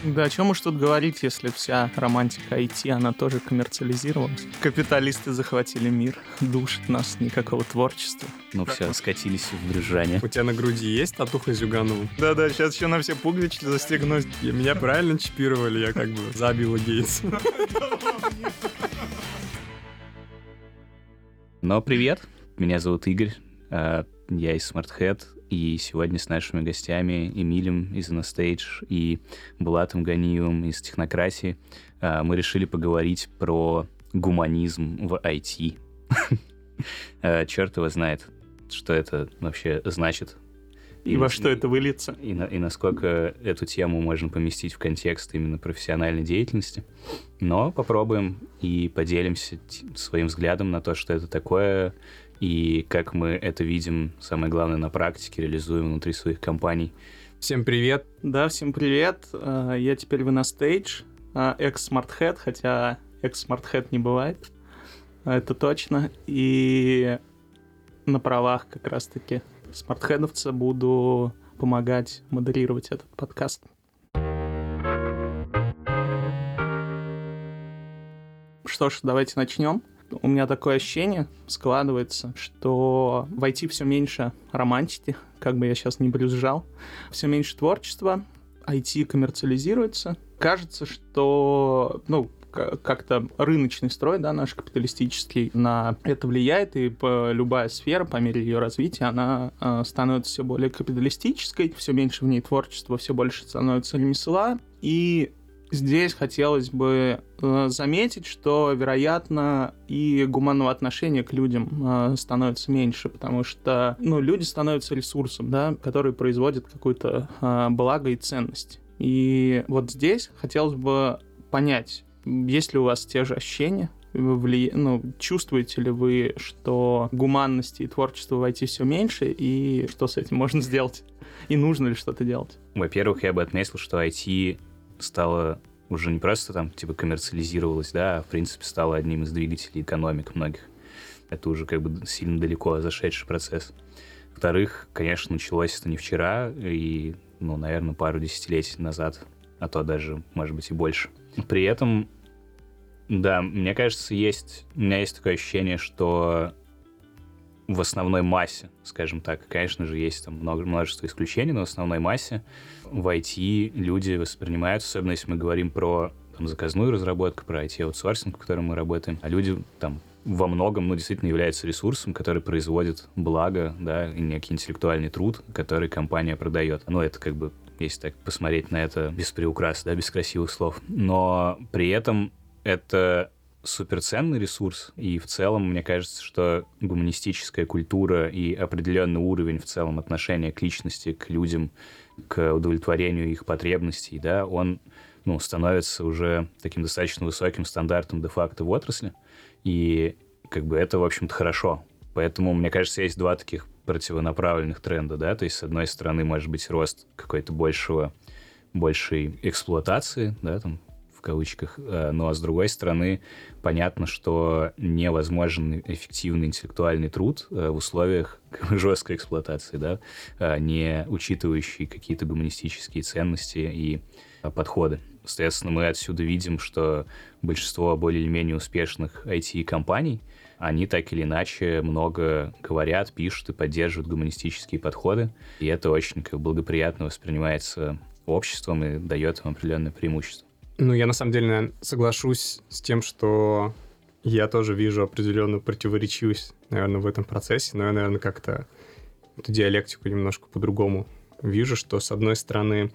Да, о чем уж тут говорить, если вся романтика IT, она тоже коммерциализировалась. Капиталисты захватили мир, душат нас, никакого творчества. Ну все, скатились в брюзжание. У тебя на груди есть татуха Зюганова? Да-да, сейчас еще на все пуговички застегнуть. И меня правильно чипировали, я как бы за Билла Гейтса. Но привет, меня зовут Игорь, я из SmartHead, и сегодня с нашими гостями Эмилем из InnoStage и Булатом Ганиевым из Технократии мы решили поговорить про гуманизм в IT. Черт его знает, что это вообще значит. И во что это выльется. И насколько эту тему можно поместить в контекст именно профессиональной деятельности. Но попробуем и поделимся своим взглядом на то, что это такое, и как мы это видим, самое главное, на практике, реализуем внутри своих компаний. Всем привет. Да, всем привет. Я теперь в InnoStage, экс-SmartHead, хотя экс-SmartHead не бывает. Это точно. И на правах как раз-таки смартхедовца буду помогать модерировать этот подкаст. Что ж, давайте начнем. У меня такое ощущение складывается, что в IT все меньше романтики, как бы я сейчас не брюзжал, все меньше творчества, IT коммерциализируется. Кажется, что, как-то рыночный строй, да, наш капиталистический, на это влияет, и любая сфера, по мере ее развития, она становится все более капиталистической, все меньше в ней творчества, все больше становится ремесла, и здесь хотелось бы заметить, что, вероятно, и гуманного отношения к людям становится меньше, потому что, люди становятся ресурсом, да, который производит какое-то благо и ценность. И вот здесь хотелось бы понять, есть ли у вас те же ощущения? Чувствуете ли вы, что гуманности и творчества в IT все меньше, и что с этим можно сделать? И нужно ли что-то делать? Во-первых, я бы отметил, что IT стало уже не просто коммерциализировалось, да, а в принципе стало одним из двигателей экономик многих. Это уже как бы сильно далеко зашедший процесс. Во-вторых, конечно, началось это не вчера, и, наверное, пару десятилетий назад, а то даже, может быть, и больше. При этом, да, мне кажется, у меня есть такое ощущение, что в основной массе, скажем так, конечно же, есть там множество исключений, но в основной массе в IT люди воспринимают, особенно если мы говорим про заказную разработку, про IT-аутсорсинг, в котором мы работаем, а люди там во многом, действительно являются ресурсом, который производит благо, да, и некий интеллектуальный труд, который компания продает. Это как бы, если так посмотреть на это без приукрас, да, без красивых слов. Но при этом это суперценный ресурс, и в целом, мне кажется, что гуманистическая культура и определенный уровень в целом отношения к личности, к людям, к удовлетворению их потребностей, да, он, становится уже таким достаточно высоким стандартом де-факто в отрасли, и как бы это, в общем-то, хорошо. Поэтому, мне кажется, есть два таких противонаправленных тренда, да, то есть, с одной стороны, может быть рост какой-то большей эксплуатации, да, там, в кавычках, ну а с другой стороны, понятно, что невозможен эффективный интеллектуальный труд в условиях жесткой эксплуатации, да, не учитывающий какие-то гуманистические ценности и подходы. Соответственно, мы отсюда видим, что большинство более или менее успешных IT-компаний, они так или иначе много говорят, пишут и поддерживают гуманистические подходы, и это очень благоприятно воспринимается обществом и дает им определенное преимущество. Я на самом деле, наверное, соглашусь с тем, что я тоже вижу определенную противоречивость, наверное, в этом процессе, но я, наверное, как-то эту диалектику немножко по-другому вижу, что, с одной стороны,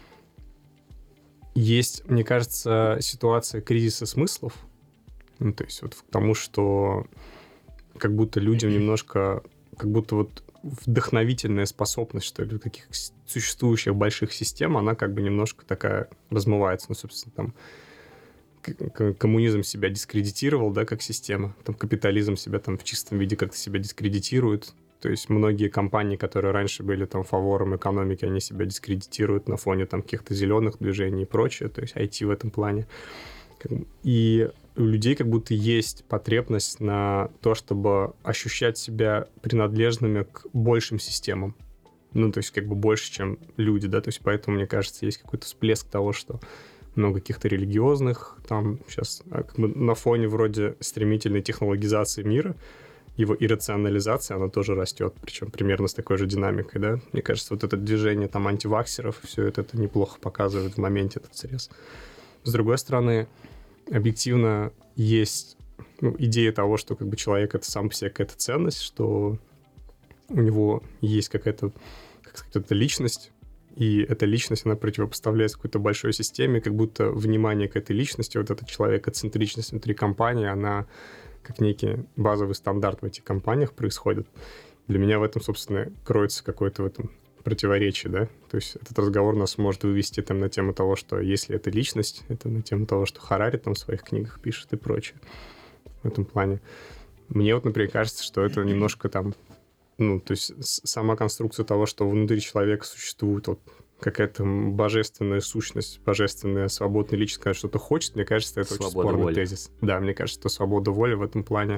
есть, мне кажется, ситуация кризиса смыслов, то есть вот к тому, что как будто людям немножко, как будто вот вдохновительная способность, что ли, таких существующих больших систем, она как бы немножко такая размывается. Собственно, там коммунизм себя дискредитировал, да, как система. Там капитализм себя там в чистом виде как-то себя дискредитирует. То есть многие компании, которые раньше были там фавором экономики, они себя дискредитируют на фоне там каких-то зеленых движений и прочее. То есть IT в этом плане. И у людей как будто есть потребность на то, чтобы ощущать себя принадлежными к большим системам. Ну, то есть как бы больше, чем люди, да, то есть поэтому, мне кажется, есть какой-то всплеск того, что много каких-то религиозных, там сейчас как бы на фоне вроде стремительной технологизации мира, его иррационализация, она тоже растет, причем примерно с такой же динамикой, да. Мне кажется, вот это движение там антиваксеров, все это неплохо показывает в моменте этот срез. С другой стороны, объективно есть идея того, что как бы человек — это сам по себе какая-то ценность, что у него есть какая-то, как сказать, эта личность, и эта личность, она противопоставляется какой-то большой системе, как будто внимание к этой личности, вот эта человекоцентричность внутри компании, она как некий базовый стандарт в этих компаниях происходит. Для меня в этом, собственно, кроется какое-то в этом противоречие, да? То есть этот разговор нас может вывести там на тему того, что если это личность, это на тему того, что Харари там в своих книгах пишет и прочее. В этом плане. Мне вот, например, кажется, что это немножко там, ну, то есть сама конструкция того, что внутри человека существует вот какая-то божественная сущность, божественная свободная личность, когда что-то хочет, мне кажется, это очень спорный тезис. Да, мне кажется, что свобода воли в этом плане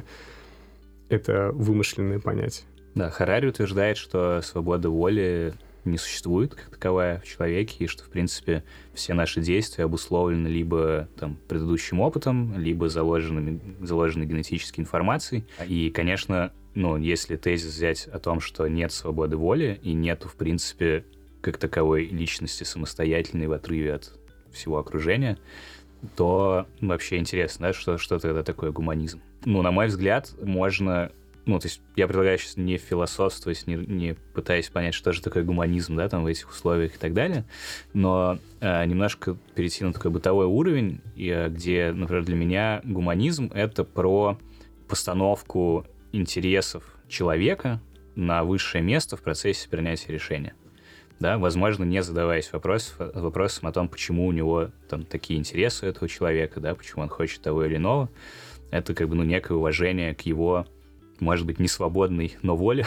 — это вымышленное понятие. Да, Харари утверждает, что свобода воли не существует как таковая в человеке, и что, в принципе, все наши действия обусловлены либо там, предыдущим опытом, либо заложенной генетической информацией. И, конечно, ну, если тезис взять о том, что нет свободы воли и нету, в принципе, как таковой личности самостоятельной в отрыве от всего окружения, то вообще интересно, да, что тогда такое гуманизм. Ну, на мой взгляд, можно... Ну, то есть я предлагаю сейчас не философствовать, не пытаясь понять, что же такое гуманизм, да, там в этих условиях и так далее, но немножко перейти на такой бытовой уровень, где, например, для меня гуманизм — это про постановку интересов человека на высшее место в процессе принятия решения. Да, возможно, не задаваясь вопросом о том, почему у него там такие интересы у этого человека, да, почему он хочет того или иного. Это как бы, ну, некое уважение к его, может быть, не свободной, но воле.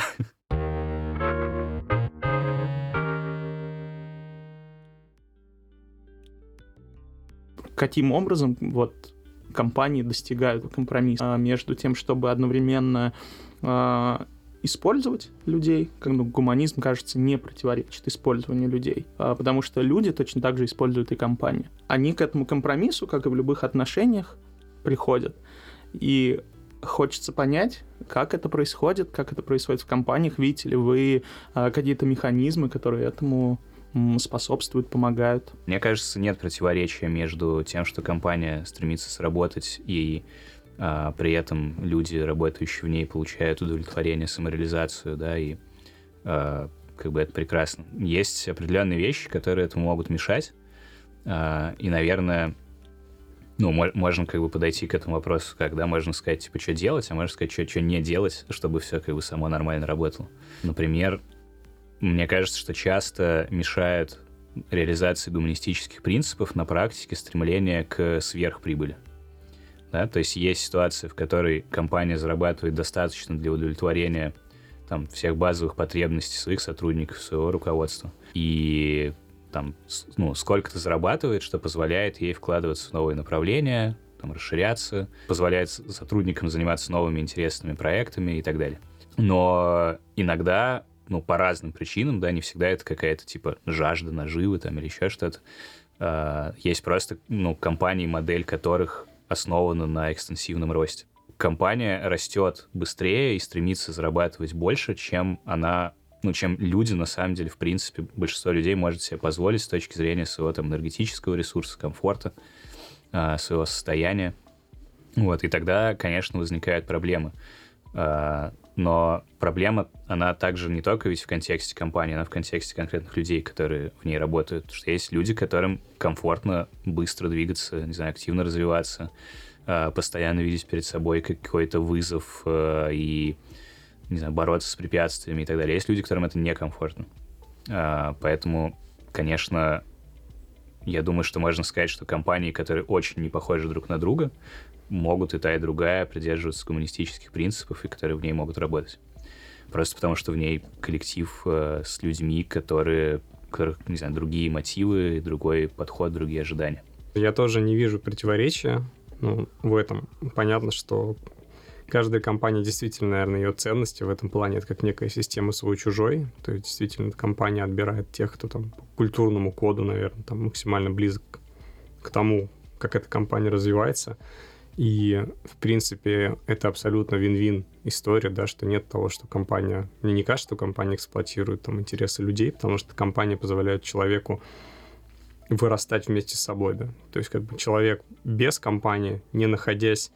Каким образом вот компании достигают компромисса между тем, чтобы одновременно использовать людей, как гуманизм, кажется, не противоречит использованию людей, потому что люди точно так же используют и компании. Они к этому компромиссу, как и в любых отношениях, приходят. И хочется понять, как это происходит в компаниях. Видите ли вы какие-то механизмы, которые этому способствуют, помогают? Мне кажется, нет противоречия между тем, что компания стремится сработать, и при этом люди, работающие в ней, получают удовлетворение, самореализацию, да, и как бы это прекрасно. Есть определенные вещи, которые этому могут мешать, и, наверное, ну, можно как бы подойти к этому вопросу, когда можно сказать, типа, что делать, а можно сказать, что не делать, чтобы все как бы само нормально работало. Например, мне кажется, что часто мешает реализации гуманистических принципов на практике стремление к сверхприбыли. Да? То есть есть ситуация, в которой компания зарабатывает достаточно для удовлетворения там, всех базовых потребностей своих сотрудников, своего руководства. И там, ну, сколько-то зарабатывает, что позволяет ей вкладываться в новые направления, там, расширяться, позволяет сотрудникам заниматься новыми интересными проектами и так далее. Но иногда, ну, по разным причинам, да, не всегда это какая-то, типа, жажда наживы там или еще что-то. Есть просто, ну, компании, модель которых основана на экстенсивном росте. Компания растет быстрее и стремится зарабатывать больше, чем она... Ну, чем люди, на самом деле, в принципе, большинство людей может себе позволить с точки зрения своего там энергетического ресурса, комфорта, своего состояния. Вот, и тогда, конечно, возникают проблемы. Но проблема, она также не только ведь в контексте компании, она в контексте конкретных людей, которые в ней работают. Потому что есть люди, которым комфортно быстро двигаться, не знаю, активно развиваться, постоянно видеть перед собой какой-то вызов и, не знаю, бороться с препятствиями и так далее. Есть люди, которым это некомфортно. Поэтому, конечно, я думаю, что можно сказать, что компании, которые очень не похожи друг на друга, могут и та, и другая придерживаться коммунистических принципов, и которые в ней могут работать. Просто потому, что в ней коллектив с людьми, у которых, не знаю, другие мотивы, другой подход, другие ожидания. Я тоже не вижу противоречия в этом. Понятно, что каждая компания действительно, наверное, ее ценности в этом плане — это как некая система свой-чужой. То есть действительно компания отбирает тех, кто там по культурному коду, наверное, там максимально близок к тому, как эта компания развивается. И, в принципе, это абсолютно вин-вин история, да, что нет того, что компания... Мне не кажется, что компания эксплуатирует там интересы людей, потому что компания позволяет человеку вырастать вместе с собой, да. То есть как бы человек без компании, не находясь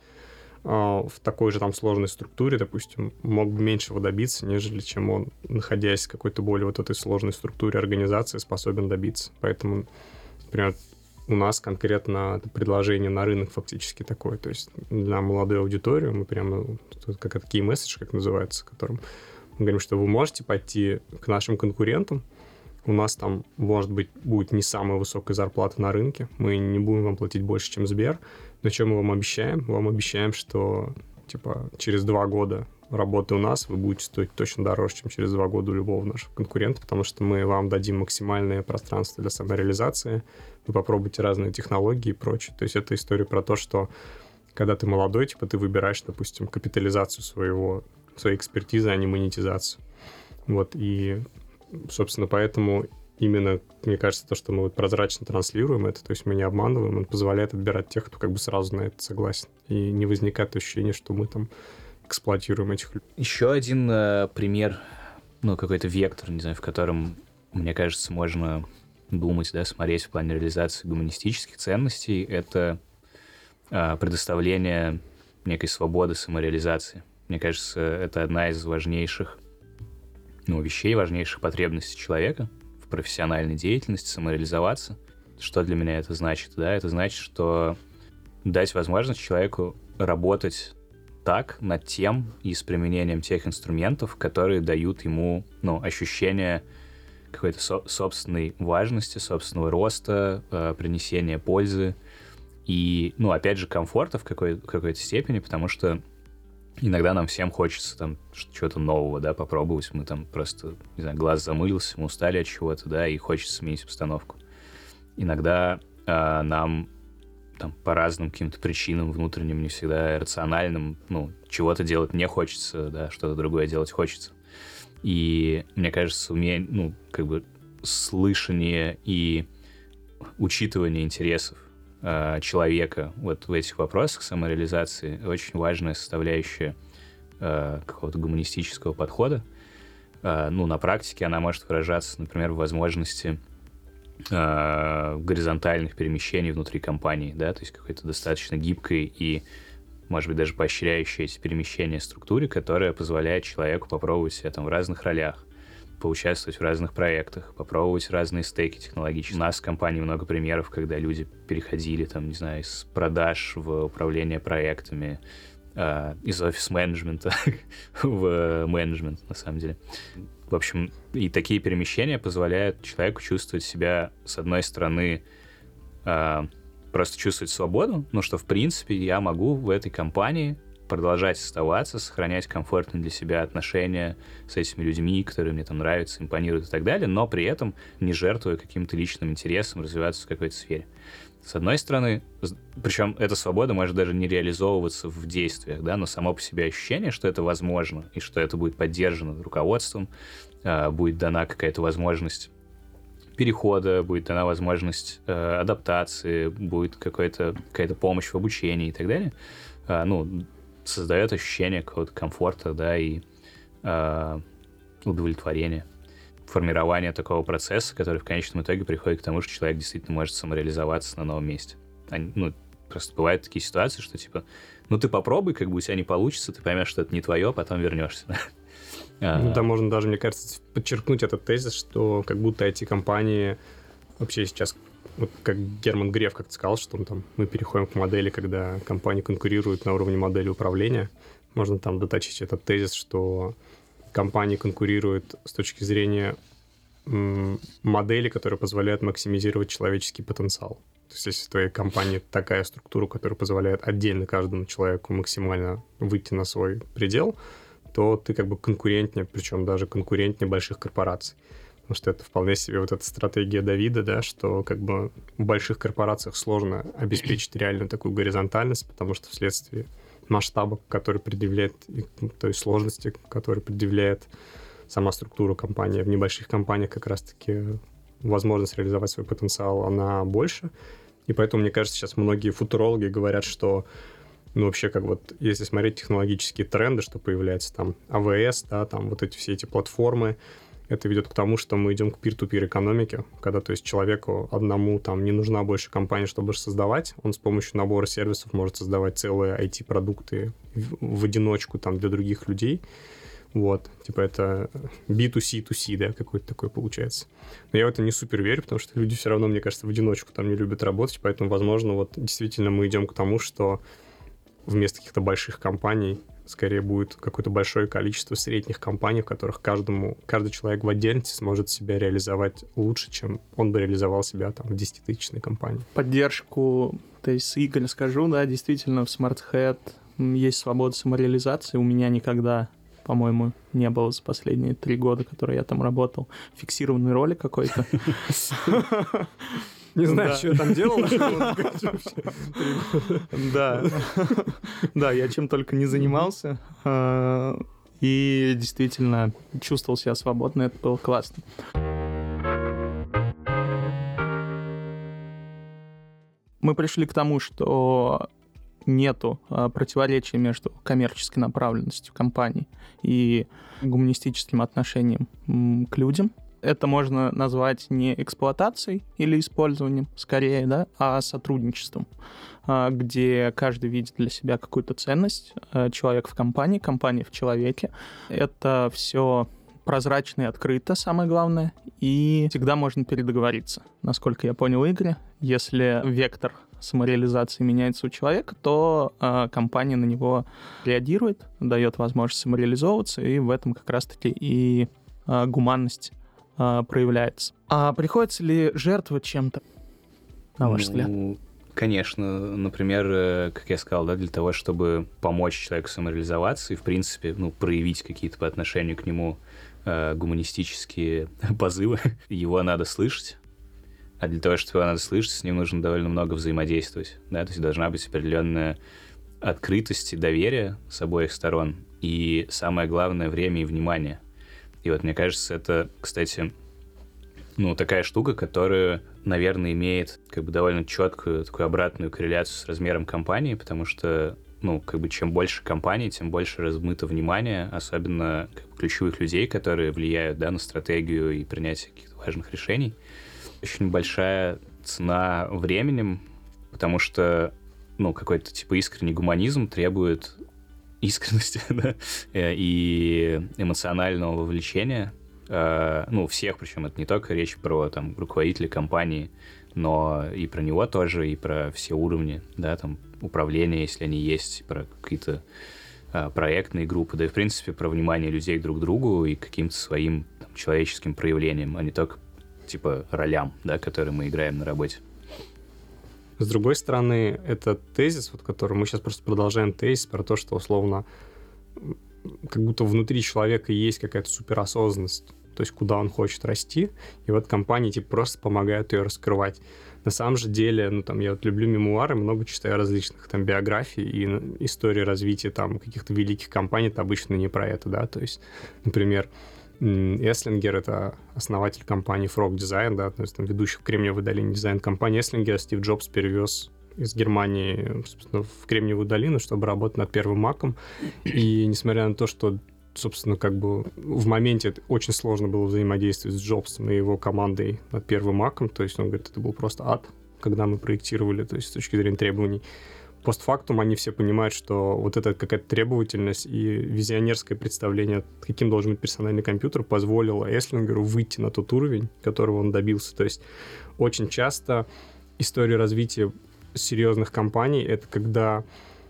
в такой же там сложной структуре, допустим, мог бы меньшего добиться, нежели чем он, находясь в какой-то более вот этой сложной структуре организации, способен добиться. Поэтому, например, у нас конкретно предложение на рынок фактически такое. То есть для молодой аудитории мы прямо, как это, key message, как называется, которым мы говорим, что вы можете пойти к нашим конкурентам. У нас там, может быть, будет не самая высокая зарплата на рынке. Мы не будем вам платить больше, чем Сбер. Но что мы вам обещаем? Вам обещаем, что типа через 2 года работы у нас вы будете стоить точно дороже, чем через 2 года у любого нашего конкурента, потому что мы вам дадим максимальное пространство для самореализации, вы попробуйте разные технологии и прочее. То есть это история про то, что когда ты молодой, типа ты выбираешь, допустим, капитализацию своей экспертизы, а не монетизацию. Вот, и, собственно, поэтому именно, мне кажется, то, что мы вот прозрачно транслируем это, то есть мы не обманываем, он позволяет отбирать тех, кто как бы сразу на это согласен. И не возникает ощущения, что мы там эксплуатируем этих людей. Еще один пример, какой-то вектор, не знаю, в котором, мне кажется, можно думать, да, смотреть в плане реализации гуманистических ценностей, это предоставление некой свободы самореализации. Мне кажется, это одна из важнейших вещей, важнейших потребностей человека в профессиональной деятельности, самореализоваться. Что для меня это значит? Да? Это значит, что дать возможность человеку работать так над тем и с применением тех инструментов, которые дают ему ощущение какой-то собственной важности, собственного роста, принесения пользы и, опять же, комфорта в какой-то степени, потому что иногда нам всем хочется там чего-то нового, да, попробовать. Мы там просто, не знаю, глаз замылился, мы устали от чего-то, да, и хочется сменить обстановку. Иногда нам там по разным каким-то причинам внутренним, не всегда рациональным, чего-то делать не хочется, да, что-то другое делать хочется. И мне кажется, слышание и учитывание интересов человека вот в этих вопросах самореализации очень важная составляющая какого-то гуманистического подхода. На практике она может выражаться, например, в возможности горизонтальных перемещений внутри компании, да, то есть какой-то достаточно гибкой и, может быть, даже поощряющей эти перемещения структуре, которая позволяет человеку попробовать себя там в разных ролях, поучаствовать в разных проектах, попробовать разные стеки технологические. У нас в компании много примеров, когда люди переходили, там, не знаю, из продаж в управление проектами, из офис-менеджмента в менеджмент, на самом деле. В общем, и такие перемещения позволяют человеку чувствовать себя, с одной стороны, просто чувствовать свободу, что, в принципе, я могу в этой компании продолжать оставаться, сохранять комфортные для себя отношения с этими людьми, которые мне там нравятся, импонируют и так далее, но при этом не жертвуя каким-то личным интересом развиваться в какой-то сфере. С одной стороны, причем эта свобода может даже не реализовываться в действиях, да, но само по себе ощущение, что это возможно, и что это будет поддержано руководством, будет дана какая-то возможность перехода, будет дана возможность адаптации, будет какая-то помощь в обучении и так далее, создает ощущение какого-то комфорта, да, и удовлетворения. Формирование такого процесса, который в конечном итоге приходит к тому, что человек действительно может самореализоваться на новом месте. Просто бывают такие ситуации, что типа, ты попробуй, как бы у тебя не получится, ты поймешь, что это не твое, а потом вернешься. Да, можно даже, мне кажется, подчеркнуть этот тезис, что как будто IT-компании вообще сейчас, вот как Герман Греф как-то сказал, что мы переходим к модели, когда компании конкурируют на уровне модели управления. Можно там доточить этот тезис, что компании конкурируют с точки зрения модели, которая позволяет максимизировать человеческий потенциал. То есть если в твоей компании такая структура, которая позволяет отдельно каждому человеку максимально выйти на свой предел, то ты как бы конкурентнее, причем даже конкурентнее больших корпораций. Потому что это вполне себе вот эта стратегия Давида, да, что как бы в больших корпорациях сложно обеспечить реальную такую горизонтальность, потому что вследствие масштаба, который предъявляет, то есть сложности, которые предъявляет сама структура компании. В небольших компаниях как раз-таки возможность реализовать свой потенциал, она больше. И поэтому, мне кажется, сейчас многие футурологи говорят, что вообще, как вот, если смотреть технологические тренды, что появляется там АВС, да, там вот эти все эти платформы, это ведет к тому, что мы идем к peer-to-peer экономике, когда, то есть, человеку одному там не нужна больше компания, чтобы создавать, он с помощью набора сервисов может создавать целые IT-продукты в одиночку там для других людей. Вот, типа это B2C2C, да, какой-то такой получается. Но я в это не супер верю, потому что люди все равно, мне кажется, в одиночку там не любят работать, поэтому, возможно, вот действительно мы идем к тому, что вместо каких-то больших компаний скорее будет какое-то большое количество средних компаний, в которых каждый человек в отдельности сможет себя реализовать лучше, чем он бы реализовал себя там в 10-тысячной компании. Поддержку, то есть с Игоря скажу, да, действительно в SmartHead есть свобода самореализации. У меня никогда, по-моему, не было за последние 3 года, которые я там работал, фиксированной роли какой-то. Не знаю, что я там делал. Да. Да, я чем только не занимался. И действительно чувствовал себя свободно, это было классно. Мы пришли к тому, что нету противоречия между коммерческой направленностью компаний и гуманистическим отношением к людям. Это можно назвать не эксплуатацией или использованием, скорее, да, а сотрудничеством, где каждый видит для себя какую-то ценность. Человек в компании, компания в человеке. Это все прозрачно и открыто, самое главное, и всегда можно передоговориться. Насколько я понял Игоря, если вектор самореализации меняется у человека, то компания на него реагирует, дает возможность самореализовываться, и в этом как раз-таки и гуманность проявляется. А приходится ли жертвовать чем-то, на ваш взгляд? Конечно. Например, как я сказал, да, для того, чтобы помочь человеку самореализоваться и, в принципе, проявить какие-то по отношению к нему гуманистические позывы, его надо слышать. А для того, чтобы его надо слышать, с ним нужно довольно много взаимодействовать. Да? То есть должна быть определенная открытость и доверие с обоих сторон. И самое главное — время и внимание. И вот мне кажется, это, кстати, такая штука, которая, наверное, имеет как бы довольно четкую такую обратную корреляцию с размером компании, потому что, чем больше компаний, тем больше размыто внимание, особенно ключевых людей, которые влияют, да, на стратегию и принятие каких-то важных решений. Очень большая цена временем, потому что, какой-то типа искренний гуманизм требует искренности, да, и эмоционального вовлечения, всех, причем это не только речь про там руководителей компании, но и про него тоже, и про все уровни, да, там управления, если они есть, про какие-то проектные группы, да и, в принципе, про внимание людей друг к другу и к каким-то своим там человеческим проявлениям, а не только типа ролям, да, которые мы играем на работе. С другой стороны, это тезис, который мы сейчас просто продолжаем тезис про то, что условно как будто внутри человека есть какая-то суперосознанность, то есть куда он хочет расти, и вот компании просто помогают ее раскрывать. На самом же деле, я вот люблю мемуары, много читаю различных там биографий и истории развития там каких-то великих компаний, это обычно не про это, да, то есть, например, Эслингер — это основатель компании Frog Design, да, то есть там ведущий в Кремниевой долине дизайн-компании Эслингер, Стив Джобс перевез из Германии, собственно, в Кремниевую долину, чтобы работать над первым Маком. И несмотря на то, что, собственно, в моменте очень сложно было взаимодействовать с Джобсом и его командой над первым Маком, то есть он говорит, это был просто ад, когда мы проектировали, то есть с точки зрения требований. Постфактум они все понимают, что вот эта какая-то требовательность и визионерское представление, каким должен быть персональный компьютер, позволило Эслингеру выйти на тот уровень, которого он добился. То есть очень часто история развития серьезных компаний — это когда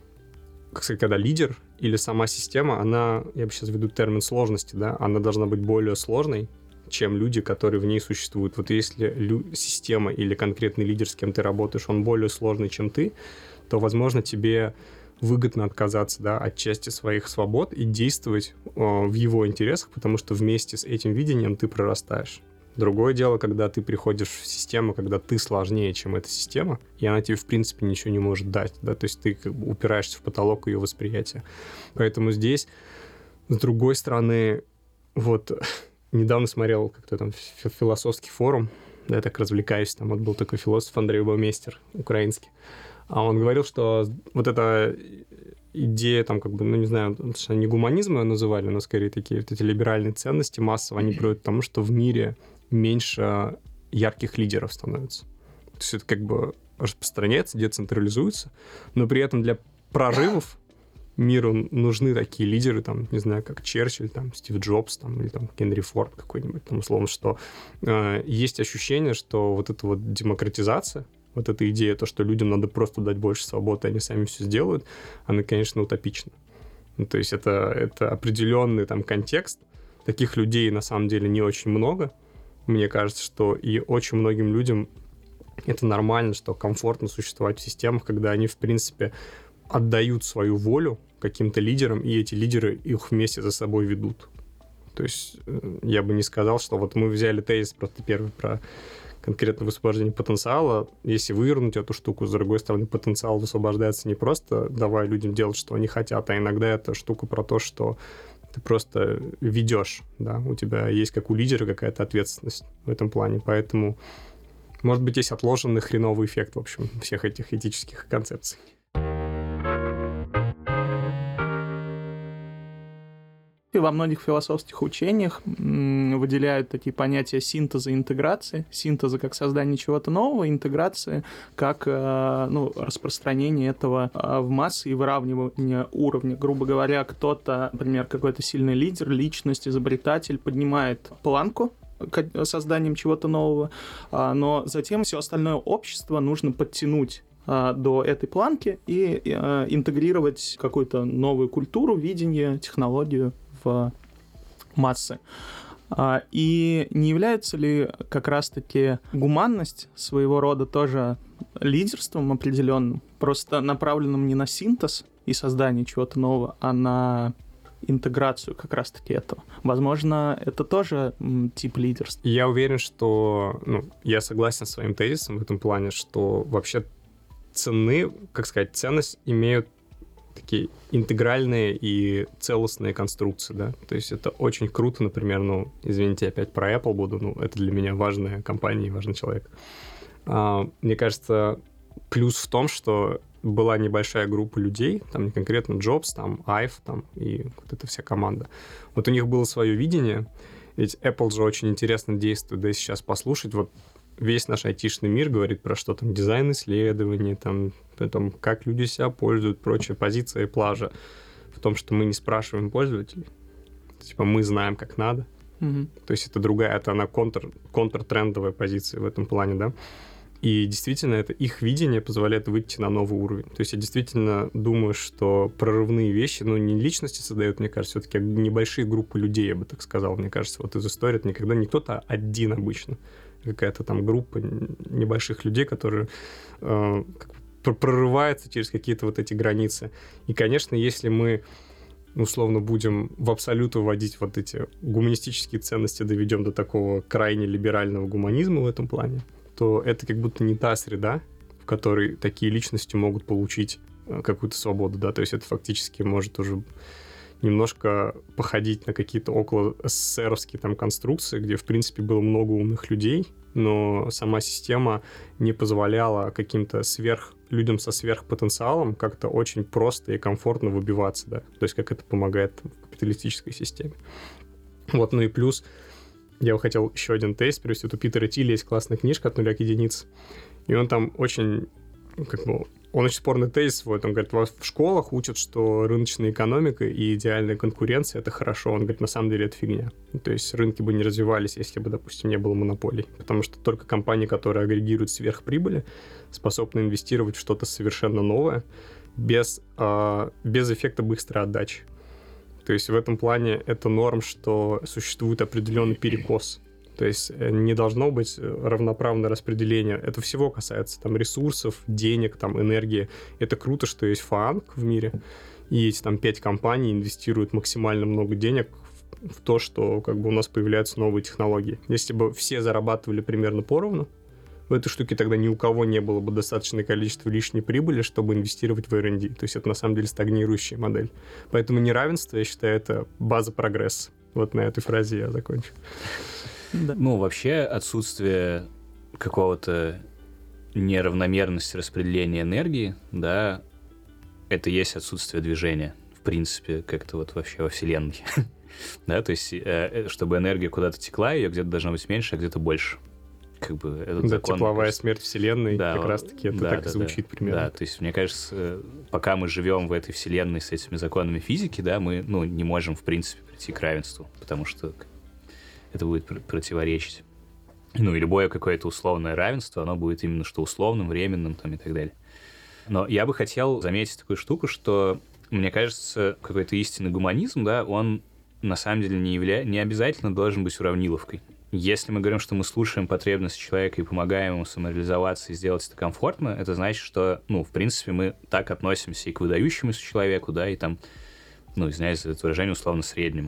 лидер или сама система, я бы сейчас введу термин сложности, да, она должна быть более сложной, чем люди, которые в ней существуют. Вот если система или конкретный лидер, с кем ты работаешь, он более сложный, чем ты, то, возможно, тебе выгодно отказаться, да, от части своих свобод и действовать в его интересах, потому что вместе с этим видением ты прорастаешь. Другое дело, когда ты приходишь в систему, когда ты сложнее, чем эта система, и она тебе, в принципе, ничего не может дать, да, то есть ты как бы упираешься в потолок ее восприятия. Поэтому здесь, с другой стороны, вот недавно смотрел как-то там философский форум, да, я так развлекаюсь, там вот был такой философ Андрей Баумейстер, украинский, а он говорил, что вот эта идея, там, как бы, ну, не знаю, не гуманизм ее называли, но скорее такие вот эти либеральные ценности массово, они приводят к тому, что в мире меньше ярких лидеров становится. То есть это как бы распространяется, децентрализуется, но при этом для прорывов миру нужны такие лидеры, там, не знаю, как Черчилль, там, Стив Джобс, там, или там Генри Форд какой-нибудь, там, условно, что есть ощущение, что вот эта вот демократизация, вот эта идея, то, что людям надо просто дать больше свободы, они сами все сделают, она, конечно, утопична. Ну, то есть это определенный там контекст. Таких людей, на самом деле, не очень много. Мне кажется, что и очень многим людям это нормально, что комфортно существовать в системах, когда они, в принципе, отдают свою волю каким-то лидерам, и эти лидеры их вместе за собой ведут. То есть я бы не сказал, что вот мы взяли тезис просто первый про конкретно высвобождение потенциала. Если вывернуть эту штуку, с другой стороны, потенциал высвобождается не просто давая людям делать, что они хотят, а иногда это штука про то, что ты просто ведешь, да, у тебя есть как у лидера какая-то ответственность в этом плане, поэтому, может быть, есть отложенный хреновый эффект, в общем, всех этих этических концепций. И во многих философских учениях выделяют такие понятия синтеза и интеграции. Синтеза как создание чего-то нового, интеграции как распространение этого в массы и выравнивание уровня. Грубо говоря, кто-то, например, какой-то сильный лидер, личность, изобретатель поднимает планку созданием чего-то нового, но затем все остальное общество нужно подтянуть до этой планки и интегрировать какую-то новую культуру, видение, технологию в массы. И не является ли как раз-таки гуманность своего рода тоже лидерством определенным, просто направленным не на синтез и создание чего-то нового, а на интеграцию как раз-таки этого? Возможно, это тоже тип лидерства. Я уверен, что... я согласен с своим тезисом в этом плане, что вообще ценность имеют такие интегральные и целостные конструкции, да, то есть это очень круто, например, извините, опять про Apple буду, это для меня важная компания и важный человек. Мне кажется, плюс в том, что была небольшая группа людей, там не конкретно Джобс, там Айв, там и вот эта вся команда. Вот у них было свое видение, ведь Apple же очень интересно действует, да и сейчас послушать, вот весь наш айтишный мир говорит про что там дизайн исследований, там, как люди себя пользуют, прочая позиция плажа в том, что мы не спрашиваем пользователей. Типа мы знаем, как надо. Mm-hmm. То есть это другая, это она контртрендовая позиция в этом плане, да. И действительно, это их видение позволяет выйти на новый уровень. То есть я действительно думаю, что прорывные вещи, не личности создают, мне кажется, все-таки небольшие группы людей, я бы так сказал. Мне кажется, вот из истории это никогда не кто-то один обычно. Какая-то там группа небольших людей, которые прорываются через какие-то вот эти границы. И, конечно, если мы условно будем в абсолют вводить вот эти гуманистические ценности, доведем до такого крайне либерального гуманизма в этом плане, то это как будто не та среда, в которой такие личности могут получить какую-то свободу, да, то есть это фактически может уже немножко походить на какие-то около СССРовские там конструкции, где, в принципе, было много умных людей, но сама система не позволяла каким-то людям со сверхпотенциалом как-то очень просто и комфортно выбиваться, да, то есть как это помогает в капиталистической системе. Вот, и плюс я бы хотел еще один тезис привести. Вот у Питера Тилли есть классная книжка «От нуля к единице», и он там очень, он очень спорный тезис, вот, он говорит, вас в школах учат, что рыночная экономика и идеальная конкуренция — это хорошо. Он говорит, на самом деле это фигня. То есть рынки бы не развивались, если бы, допустим, не было монополий. Потому что только компании, которые агрегируют сверхприбыли, способны инвестировать в что-то совершенно новое без эффекта быстрой отдачи. То есть в этом плане это норм, что существует определенный перекос. То есть не должно быть равноправное распределение. Это всего касается там ресурсов, денег, там энергии. Это круто, что есть фанг в мире, и эти там 5 компаний инвестируют максимально много денег в то, что как бы у нас появляются новые технологии. Если бы все зарабатывали примерно поровну, в этой штуке тогда ни у кого не было бы достаточное количество лишней прибыли, чтобы инвестировать в R&D. То есть это на самом деле стагнирующая модель. Поэтому неравенство, я считаю, это база прогресса. Вот на этой фразе я закончу. Ну, вообще отсутствие какого-то неравномерности распределения энергии, да, это есть отсутствие движения, в принципе, как-то вот вообще во Вселенной. Да, то есть, чтобы энергия куда-то текла, ее где-то должно быть меньше, а где-то больше. Как бы этот закон, тепловая смерть Вселенной, да, как раз-таки это так и звучит примерно. Да, то есть, мне кажется, пока мы живем в этой Вселенной с этими законами физики, да, мы, ну, не можем, в принципе, прийти к равенству, потому что это будет противоречить. Ну, и любое какое-то условное равенство, оно будет именно что условным, временным там, и так далее. Но я бы хотел заметить такую штуку, что, мне кажется, какой-то истинный гуманизм, да, он на самом деле не обязательно должен быть уравниловкой. Если мы говорим, что мы слушаем потребности человека и помогаем ему самореализоваться и сделать это комфортно, это значит, что, ну, в принципе, мы так относимся и к выдающемуся человеку, да, и там, ну, извиняюсь за это выражение, условно среднему.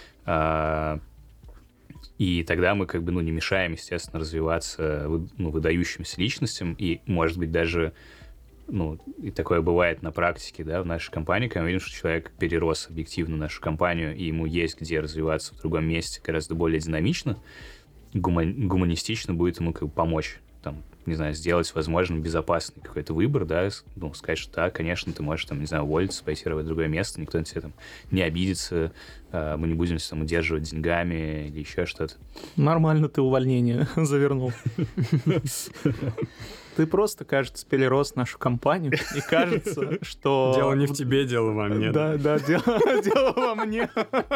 И тогда мы как бы, ну, не мешаем, естественно, развиваться, ну, выдающимся личностям, и, может быть, даже, ну, и такое бывает на практике, да, в нашей компании, когда мы видим, что человек перерос объективно нашу компанию, и ему есть где развиваться в другом месте гораздо более динамично, гуманистично будет ему как бы помочь, там, не знаю, сделать, возможно, безопасный какой-то выбор, да, ну, сказать, что да, конечно, ты можешь, там, не знаю, уволиться, пойти в другое место, никто на тебя там не обидится, мы не будем там удерживать деньгами или еще что-то. Нормально ты увольнение завернул. Ты просто, кажется, перерос нашу компанию, и кажется, что... Дело не в тебе, дело во мне. Да, дело во мне.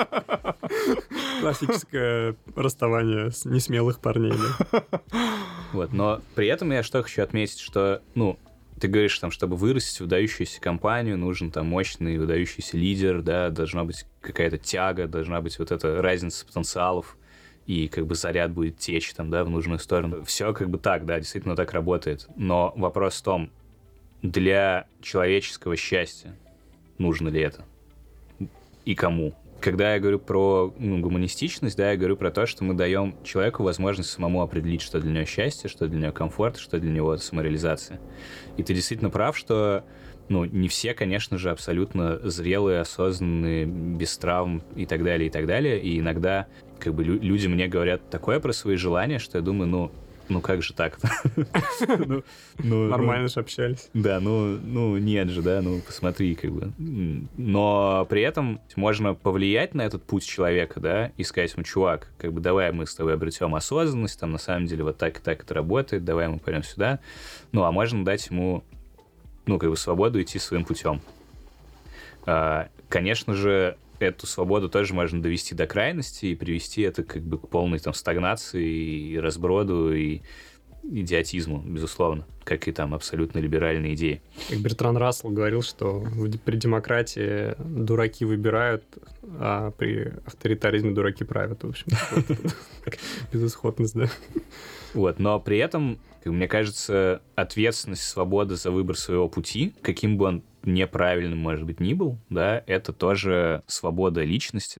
Классическое расставание с несмелых парней. Вот, но при этом я что хочу отметить, что, ну, ты говоришь, там, чтобы вырастить выдающуюся компанию, нужен там мощный выдающийся лидер, да, должна быть какая-то тяга, должна быть вот эта разница потенциалов, и как бы заряд будет течь там, да, в нужную сторону. Все как бы так, да, действительно так работает. Но вопрос в том, для человеческого счастья нужно ли это? И кому? Когда я говорю про гуманистичность, да, я говорю про то, что мы даем человеку возможность самому определить, что для него счастье, что для него комфорт, что для него самореализация. И ты действительно прав, что, ну, не все, конечно же, абсолютно зрелые, осознанные, без травм и так далее, и так далее. И иногда как бы люди мне говорят такое про свои желания, что я думаю, ну как же так-то? Нормально же общались. Да, ну нет же, да, ну посмотри, как бы. Но при этом можно повлиять на этот путь человека, да, и сказать ему, чувак, как бы давай мы с тобой обретем осознанность, там на самом деле вот так и так это работает, давай мы пойдем сюда. Ну, а можно дать ему, ну, как бы свободу идти своим путем. Конечно же, эту свободу тоже можно довести до крайности и привести это как бы к полной там стагнации и разброду и идиотизму, безусловно, как и там абсолютно либеральные идеи. Как Бертран Рассел говорил, что при демократии дураки выбирают, а при авторитаризме дураки правят, в общем. Безысходность, да. Вот, но при этом, мне кажется, ответственность, свобода за выбор своего пути, каким бы он неправильным, может быть, ни был, да, это тоже свобода личности.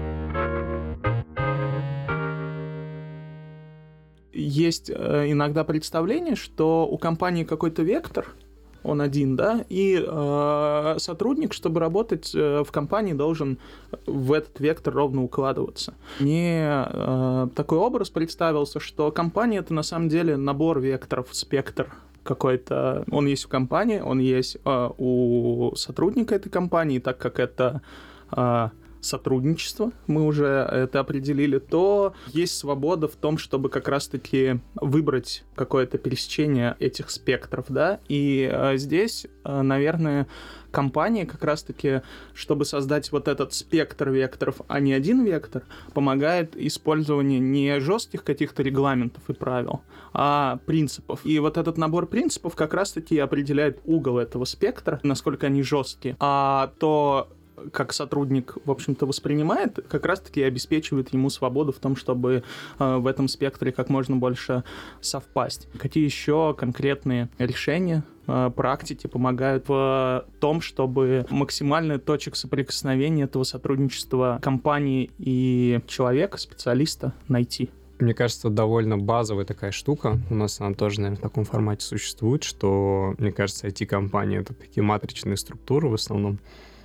Есть иногда представление, что у компании какой-то вектор, он один, да, и сотрудник, чтобы работать в компании, должен в этот вектор ровно укладываться. Мне такой образ представился, что компания — это на самом деле набор векторов, спектр какой-то. Он есть в компании, он есть у сотрудника этой компании, так как это сотрудничество, мы уже это определили, то есть свобода в том, чтобы как раз-таки выбрать какое-то пересечение этих спектров, да, и здесь, наверное, компания как раз-таки, чтобы создать вот этот спектр векторов, а не один вектор, помогает использование не жестких каких-то регламентов и правил, а принципов. И вот этот набор принципов как раз-таки определяет угол этого спектра, насколько они жесткие, а то как сотрудник, в общем-то, воспринимает, как раз-таки обеспечивает ему свободу в том, чтобы в этом спектре как можно больше совпасть. Какие еще конкретные решения, практики помогают в том, чтобы максимальная точек соприкосновения этого сотрудничества компании и человека, специалиста, найти? Мне кажется, довольно базовая такая штука. У нас она тоже, наверное, в таком формате существует, что, мне кажется, IT-компании — это такие матричные структуры в основном,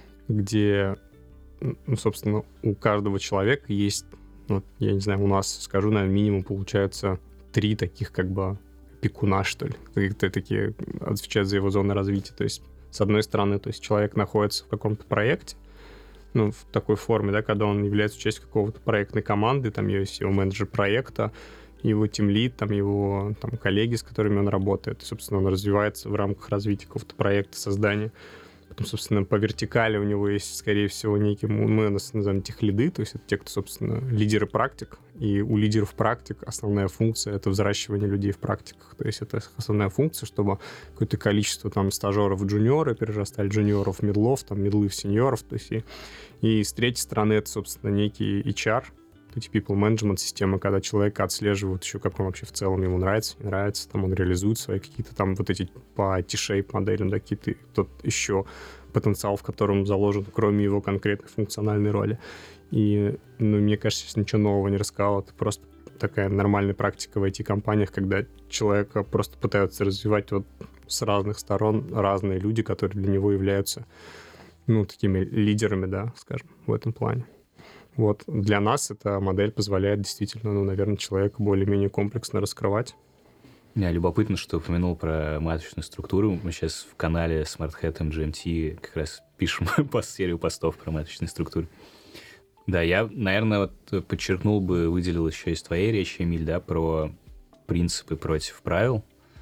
где, ну, собственно, у каждого человека есть, вот, я не знаю, у нас, скажу, наверное, минимум получается 3 таких как бы опекуна, что ли. Какие-то такие отвечают за его зону развития. То есть, с одной стороны, то есть человек находится в каком-то проекте, ну, в такой форме, да, когда он является частью какого-то проектной команды, там есть его менеджер проекта, его тимлид, там его там, коллеги, с которыми он работает. И, собственно, он развивается в рамках развития какого-то проекта, создания. Потом, собственно, по вертикали у него есть, скорее всего, некие, мы нас называем техлиды, то есть это те, кто, собственно, лидеры практик. И у лидеров практик основная функция — это взращивание людей в практиках. То есть это основная функция, чтобы какое-то количество там стажеров в джуниоры перерастали, джуниоров в мидлов, там мидлы в сеньоров. То есть и с третьей стороны это, собственно, некий HR, то есть people management система, когда человека отслеживают еще, как он вообще в целом ему нравится, не нравится, там он реализует свои какие-то там вот эти по T-shape моделям, да, какие-то тот еще потенциал, в котором заложен, кроме его конкретной функциональной роли. И, ну, мне кажется, сейчас ничего нового не рассказал, это просто такая нормальная практика в IT-компаниях, когда человека просто пытаются развивать вот с разных сторон разные люди, которые для него являются, ну, такими лидерами, да, скажем, в этом плане. Вот для нас эта модель позволяет действительно, ну, наверное, человека более-менее комплексно раскрывать. Мне любопытно, что упомянул про матричную структуру. Мы сейчас в канале Smart Hat GMT как раз пишем серию постов про матричную структуру. Да, я, наверное, вот подчеркнул бы, выделил еще из твоей речи, Эмиль, да, про принципы против правил,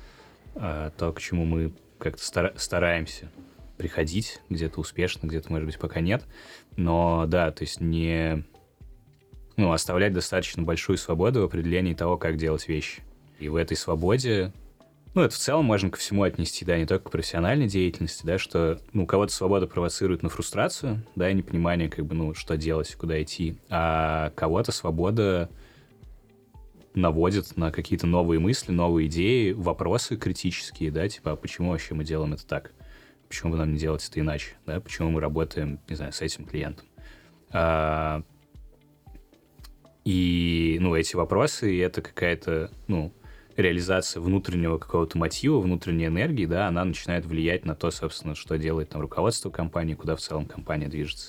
то, к чему мы как-то стараемся приходить, где-то успешно, где-то, может быть, пока нет. Но, да, то есть не... Ну, оставлять достаточно большую свободу в определении того, как делать вещи. И в этой свободе... Ну, это в целом можно ко всему отнести, да, не только к профессиональной деятельности, да, что, ну, кого-то свобода провоцирует на фрустрацию, да, и непонимание, как бы, ну, что делать, куда идти, а кого-то свобода наводит на какие-то новые мысли, новые идеи, вопросы критические, да, типа, а почему вообще мы делаем это так? Почему бы нам не делать это иначе, да, почему мы работаем, не знаю, с этим клиентом? И, ну, эти вопросы, и это какая-то, ну, реализация внутреннего какого-то мотива, внутренней энергии, да, она начинает влиять на то, собственно, что делает там руководство компании, куда в целом компания движется.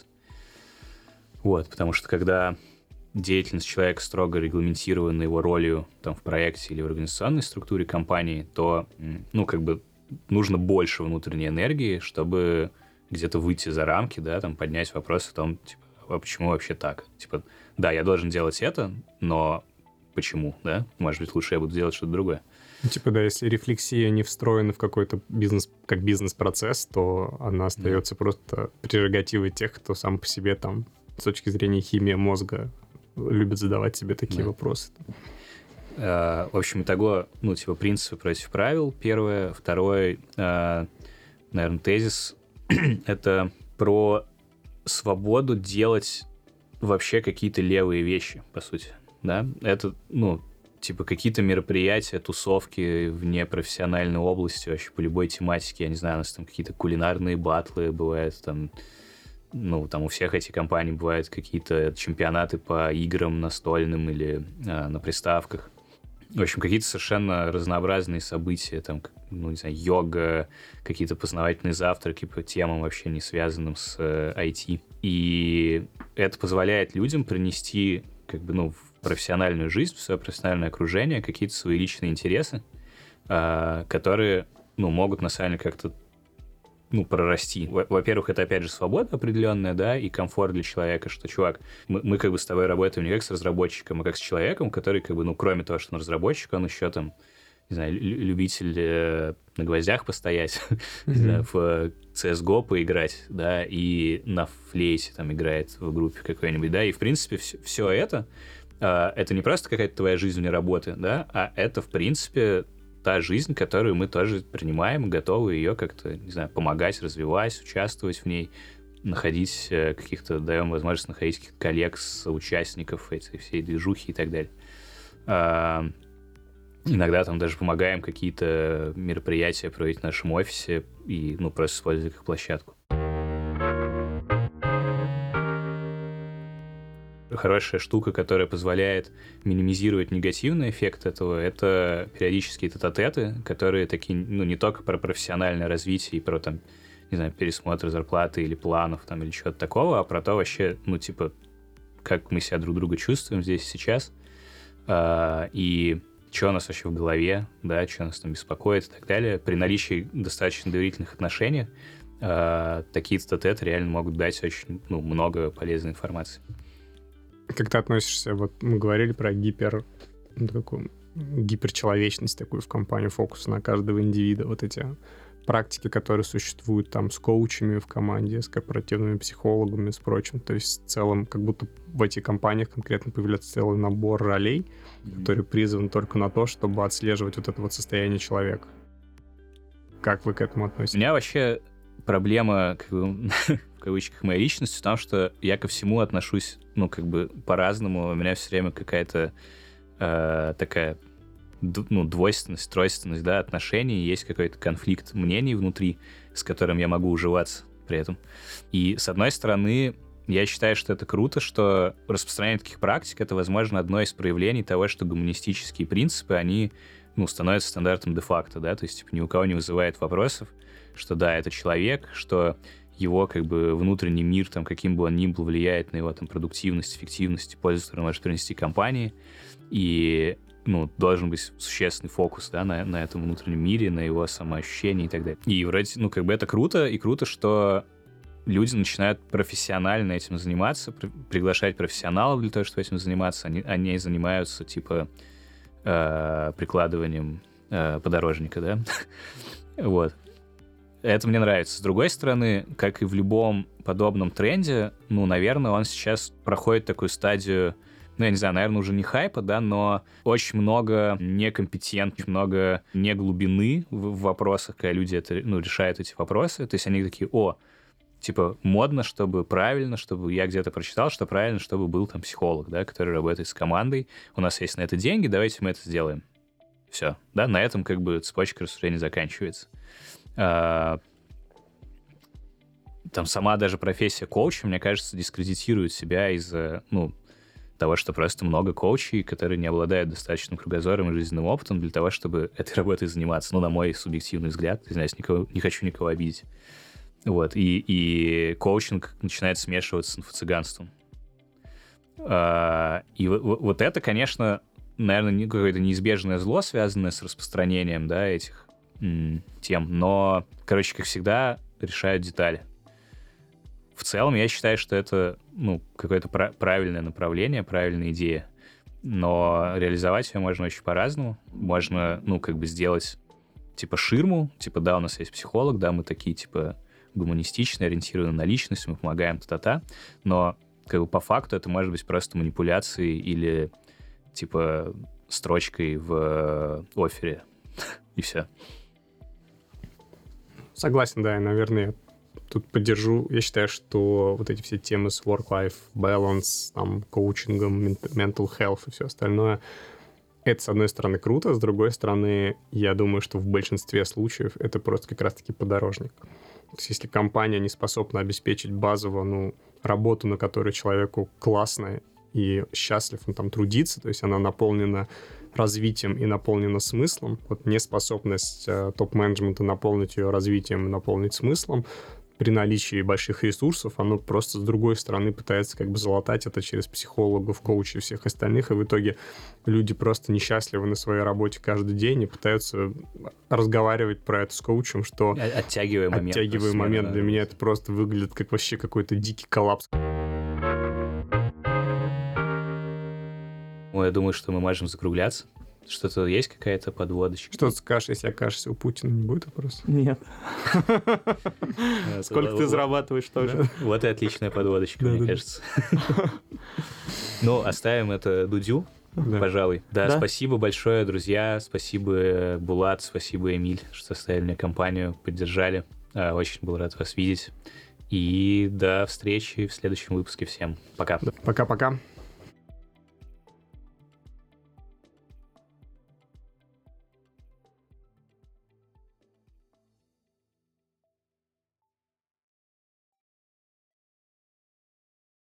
Вот, потому что когда деятельность человека строго регламентирована его ролью там в проекте или в организационной структуре компании, то, ну, как бы нужно больше внутренней энергии, чтобы где-то выйти за рамки, да, там поднять вопрос о том, типа, а почему вообще так? Типа, да, я должен делать это, но почему, да? Может быть, лучше я буду делать что-то другое. Типа, да, если рефлексия не встроена в какой-то бизнес, как бизнес-процесс, то она остается просто прерогативой тех, кто сам по себе там, с точки зрения химии мозга, любит задавать себе такие вопросы. В общем, итого, ну, типа, принципы против правил, первое. Второй, наверное, тезис — это про свободу делать вообще какие-то левые вещи, по сути, да? Это, ну, типа, какие-то мероприятия, тусовки в непрофессиональной области, вообще по любой тематике, я не знаю, у нас там какие-то кулинарные батлы бывают, там, ну, там у всех этих компаний бывают какие-то чемпионаты по играм настольным или на приставках. В общем, какие-то совершенно разнообразные события, там, ну, не знаю, йога, какие-то познавательные завтраки по темам, вообще не связанным с IT. И это позволяет людям принести, как бы, ну, в профессиональную жизнь, в свое профессиональное окружение какие-то свои личные интересы, которые, ну, могут, на самом деле, как-то, ну, прорасти. Во-первых, это, опять же, свобода определенная, да, и комфорт для человека, что, чувак, мы как бы с тобой работаем не как с разработчиком, а как с человеком, который, как бы, ну, кроме того, что он разработчик, он еще там, не знаю, любитель на гвоздях постоять, в CSGO поиграть, да, и на флейте там играет в группе какой-нибудь, да, и, в принципе, все это не просто какая-то твоя жизнь вне работы, да, а это, в принципе, та жизнь, которую мы тоже принимаем, готовы ее как-то, не знаю, помогать, развивать, участвовать в ней. находить каких-то, даем возможность находить каких-то коллег, участников этой всей движухи и так далее. Иногда там даже помогаем какие-то мероприятия проводить в нашем офисе и, ну, просто использовать их площадку. Хорошая штука, которая позволяет минимизировать негативный эффект этого, это периодические тет-а-теты, которые такие, ну, не только про профессиональное развитие и про, там, не знаю, пересмотр зарплаты или планов, там, или чего-то такого, а про то вообще, ну, типа, как мы себя друг друга чувствуем здесь и сейчас, и что у нас вообще в голове, да, что нас там беспокоит и так далее. При наличии достаточно доверительных отношений такие тет-а-теты реально могут дать очень, ну, много полезной информации. Как ты относишься, вот мы говорили про гиперчеловечность такую в компании, фокус на каждого индивида, вот эти практики, которые существуют там с коучами в команде, с корпоративными психологами, с прочим. То есть в целом как будто в этих компаниях конкретно появляется целый набор ролей, который призван только на то, чтобы отслеживать вот это вот состояние человека. Как вы к этому относитесь? У меня вообще проблема, как бы, в кавычках, моей личности в том, что я ко всему отношусь, ну, как бы по-разному. У меня все время какая-то такая, ну, двойственность, тройственность, да, отношений, есть какой-то конфликт мнений внутри, с которым я могу уживаться при этом. И, с одной стороны, я считаю, что это круто, что распространение таких практик — это, возможно, одно из проявлений того, что гуманистические принципы, они, ну, становятся стандартом де-факто, да, то есть, типа, ни у кого не вызывает вопросов, что, да, это человек, что его, как бы, внутренний мир, там, каким бы он ни был, влияет на его, там, продуктивность, эффективность, пользу, которую может принести компании, и, ну, должен быть существенный фокус, да, на этом внутреннем мире, на его самоощущении и так далее. И вроде, ну, как бы это круто, и круто, что люди начинают профессионально этим заниматься, приглашать профессионалов для того, чтобы этим заниматься, они занимаются, типа, прикладыванием подорожника, да, вот. Это мне нравится. С другой стороны, как и в любом подобном тренде, ну, наверное, он сейчас проходит такую стадию, ну, я не знаю, наверное, уже не хайпа, да, но очень много некомпетентных, много не глубины в вопросах, когда люди это, ну, решают эти вопросы. То есть они такие: о, типа, модно, чтобы правильно, чтобы я где-то прочитал, что правильно, чтобы был там психолог, да, который работает с командой. У нас есть на это деньги, давайте мы это сделаем. Все, да, на этом как бы цепочка рассуждений заканчивается. Там сама даже профессия коуча, мне кажется, дискредитирует себя из-за, ну, того, что просто много коучей, которые не обладают достаточным кругозором и жизненным опытом для того, чтобы этой работой заниматься. Ну, на мой субъективный взгляд, извиняюсь, не хочу никого обидеть. Вот, и коучинг начинает смешиваться с инфо-цыганством. И вот это, конечно, наверное, какое-то неизбежное зло, связанное с распространением, да, этих тем, но, короче, как всегда, решают детали. В целом, я считаю, что это, ну, какое-то правильное направление, правильная идея, но реализовать ее можно очень по-разному. Можно, ну, как бы сделать, типа, ширму, типа, да, у нас есть психолог, да, мы такие, типа, гуманистичные, ориентированы на личность, мы помогаем та-та-та, но, как бы, по факту это может быть просто манипуляцией или, типа, строчкой в оффере, и все. Согласен, да, и, наверное, тут поддержу. Я считаю, что вот эти все темы с work-life balance, там, коучингом, mental health и все остальное, это, с одной стороны, круто, с другой стороны, я думаю, что в большинстве случаев это просто как раз-таки подорожник. То есть если компания не способна обеспечить базово, ну, работу, на которой человеку классно и счастлив он там трудиться, то есть она наполнена развитием и наполнена смыслом, вот неспособность топ-менеджмента наполнить ее развитием и наполнить смыслом, при наличии больших ресурсов, оно просто с другой стороны пытается как бы залатать это через психологов, коучей и всех остальных, и в итоге люди просто несчастливы на своей работе каждый день и пытаются разговаривать про это с коучем, что... Оттягивая момент. Для меня это просто выглядит как вообще какой-то дикий коллапс. Я думаю, что мы можем закругляться. Что-то есть какая-то подводочка? Что ты скажешь, если окажешься у Путина, не будет вопроса? Нет. Сколько ты зарабатываешь тоже? Вот и отличная подводочка, мне кажется. Ну, оставим это Дудю, пожалуй. Да, спасибо большое, друзья. Спасибо, Булат, спасибо, Эмиль, что оставили мне компанию, поддержали. Очень был рад вас видеть. И до встречи в следующем выпуске всем. Пока. Пока-пока.